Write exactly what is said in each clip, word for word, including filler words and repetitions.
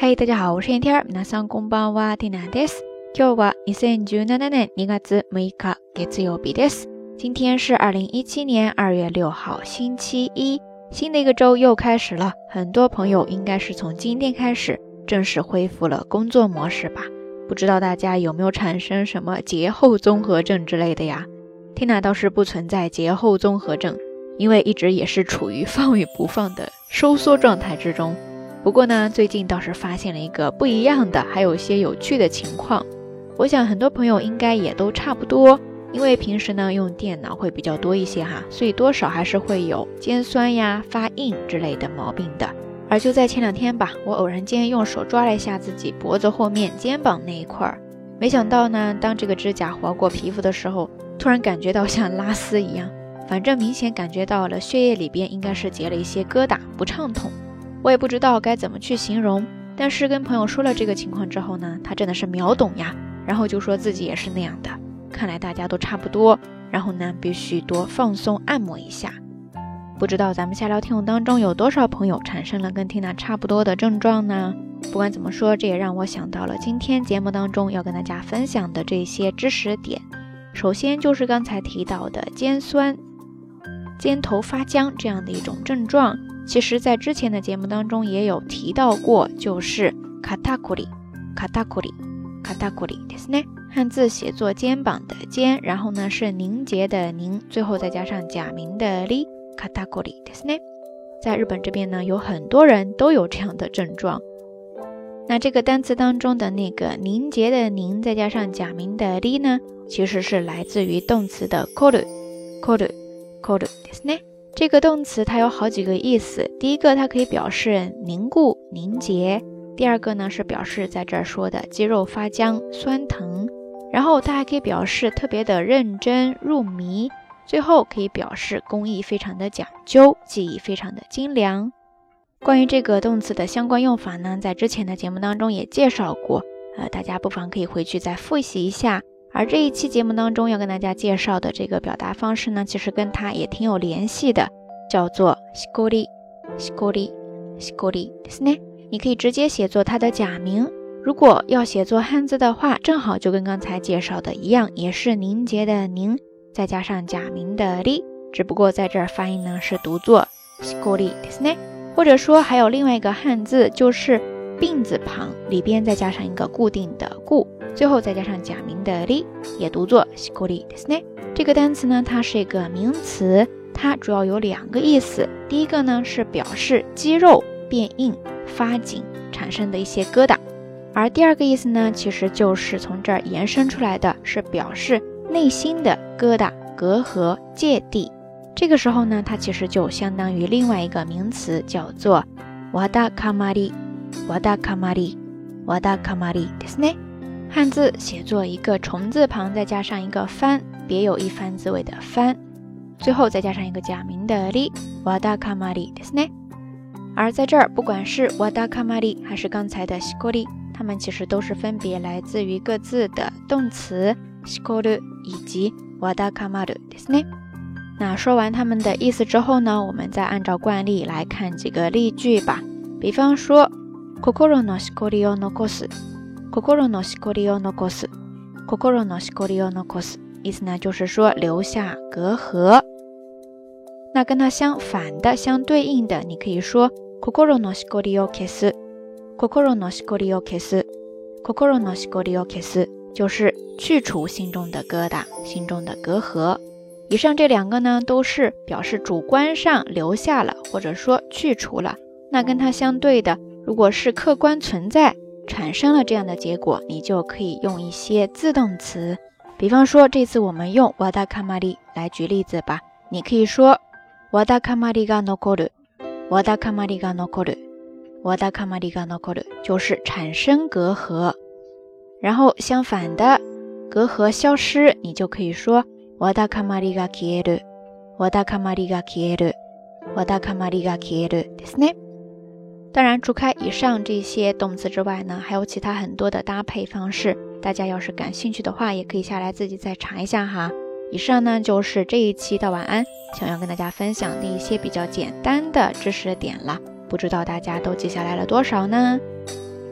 嗨，大家好，我是天天。皆さんこんばんは、ティナです。今日はにせんじゅうななねんにがつむいか月曜日です。今天是二零一七年二月六号，星期一。新的一个周又开始了，很多朋友应该是从今天开始正式恢复了工作模式吧？不知道大家有没有产生什么节后综合症之类的呀？ Tina 倒是不存在节后综合症，因为一直也是处于放与不放的收缩状态之中。不过呢，最近倒是发现了一个不一样的，还有一些有趣的情况。我想很多朋友应该也都差不多，因为平时呢用电脑会比较多一些哈，所以多少还是会有肩酸呀、发硬之类的毛病的。而就在前两天吧，我偶然间用手抓了一下自己脖子后面肩膀那一块儿，没想到呢，当这个指甲划过皮肤的时候，突然感觉到像拉丝一样，反正明显感觉到了血液里边应该是结了一些疙瘩，不畅通。我也不知道该怎么去形容，但是跟朋友说了这个情况之后呢，他真的是秒懂呀，然后就说自己也是那样的，看来大家都差不多，然后呢必须多放松按摩一下。不知道咱们下聊听友当中有多少朋友产生了跟 Tina 差不多的症状呢？不管怎么说，这也让我想到了今天节目当中要跟大家分享的这些知识点。首先就是刚才提到的肩酸、肩头发僵这样的一种症状，其实在之前的节目当中也有提到过，就是肩こり、肩こり、肩こりですね。汉字写作肩膀的肩，然后呢是凝结的凝，最后再加上假名的り、肩こりですね。在日本这边呢，有很多人都有这样的症状。那这个单词当中的那个凝结的凝，再加上假名的り呢，其实是来自于动词的こる、こる、こるですね。这个动词它有好几个意思，第一个它可以表示凝固、凝结，第二个呢是表示在这儿说的肌肉发僵、酸疼，然后它还可以表示特别的认真、入迷，最后可以表示工艺非常的讲究，技艺非常的精良。关于这个动词的相关用法呢，在之前的节目当中也介绍过，呃，大家不妨可以回去再复习一下。而这一期节目当中要跟大家介绍的这个表达方式呢，其实跟它也挺有联系的，叫做しこり、しこり、しこりですね。你可以直接写作它的假名，如果要写作汉字的话，正好就跟刚才介绍的一样，也是凝结的凝，再加上假名的り，只不过在这儿发音呢是读作しこりですね。或者说还有另外一个汉字，就是病字旁里边再加上一个固定的固，最后再加上假名的り，也读作しこりですね。这个单词呢，它是一个名词，它主要有两个意思。第一个呢是表示肌肉变硬、发紧产生的一些疙瘩，而第二个意思呢，其实就是从这儿延伸出来的，是表示内心的疙瘩、隔阂、芥蒂。这个时候呢，它其实就相当于另外一个名词，叫做わだかまり、わだかまり、わだかまりですね。汉字写作一个虫字旁，再加上一个番，别有一番滋味的番，最后再加上一个假名的り、わだかまりですね。而在这儿，不管是わだかまり还是刚才的しこり，它们其实都是分别来自于各自的动词しこる以及わだかまるですね。那说完他们的意思之后呢，我们再按照惯例来看几个例句吧。比方说心のしこりを残す、心のしこりを残す、心のしこりを残す，意思呢就是说留下隔阂。那跟它相反的、相对应的，你可以说心のしこりを消す、心のしこりを消す、心のしこりを消す，就是去除心中的疙瘩、心中的隔阂。以上这两个呢，都是表示主观上留下了，或者说去除了。那跟它相对的，如果是客观存在，产生了这样的结果，你就可以用一些自动词。比方说，这次我们用わだかまり来举例子吧。你可以说わだかまりが残る、わだかまりが残る、わだかまりが残る，就是产生隔阂。然后相反的，隔阂消失，你就可以说わだかまりが消える、わだかまりが消える、わだかまりが消えるですね。当然，除开以上这些动词之外呢，还有其他很多的搭配方式，大家要是感兴趣的话，也可以下来自己再查一下哈。以上呢就是这一期的晚安想要跟大家分享的一些比较简单的知识点了，不知道大家都记下来了多少呢？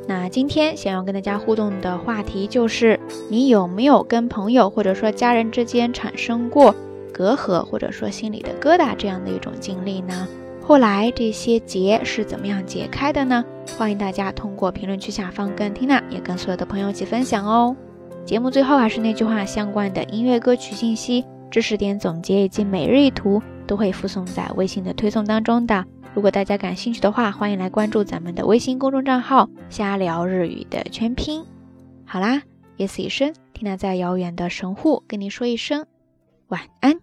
那今天想要跟大家互动的话题就是，你有没有跟朋友或者说家人之间产生过隔阂，或者说心里的疙瘩这样的一种经历呢？后来这些结是怎么样解开的呢？欢迎大家通过评论区下方跟缇娜也跟所有的朋友一起分享哦。节目最后还是那句话，相关的音乐歌曲信息、知识点总结以及每日一图都会附送在微信的推送当中的。如果大家感兴趣的话，欢迎来关注咱们的微信公众账号瞎聊日语的全拼。好啦，夜色已深，缇娜在遥远的神户跟你说一声晚安。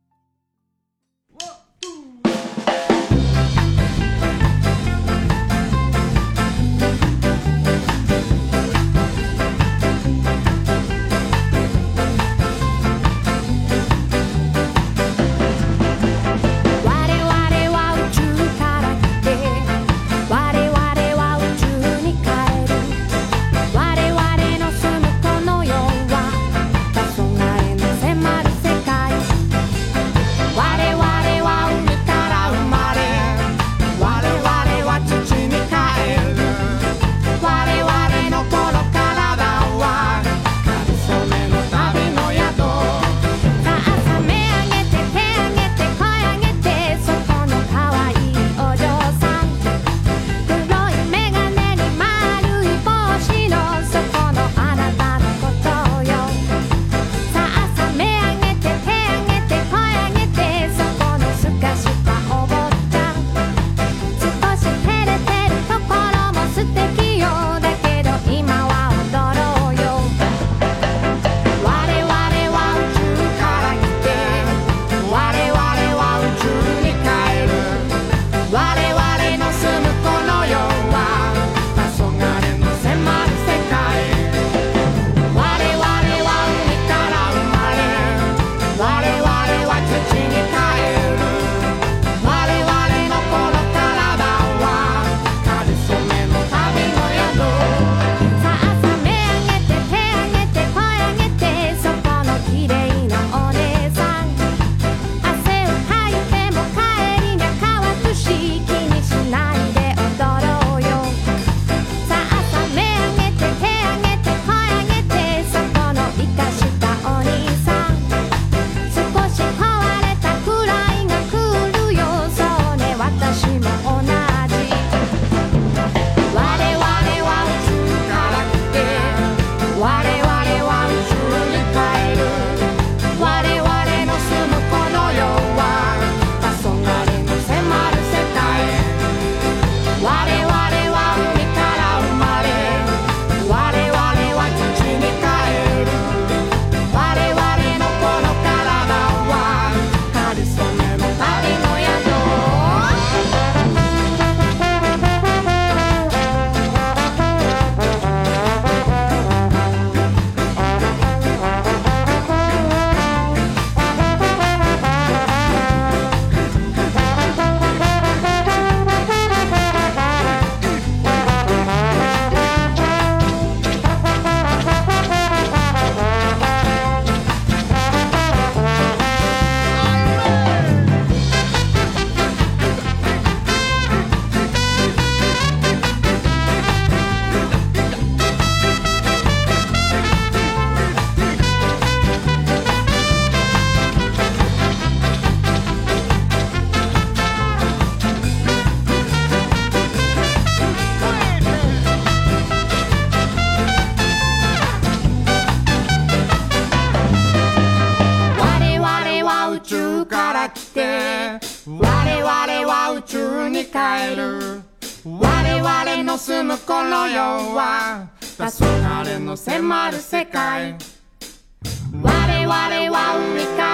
帰る我々の住むこの世は黄昏の迫る世界我々は海から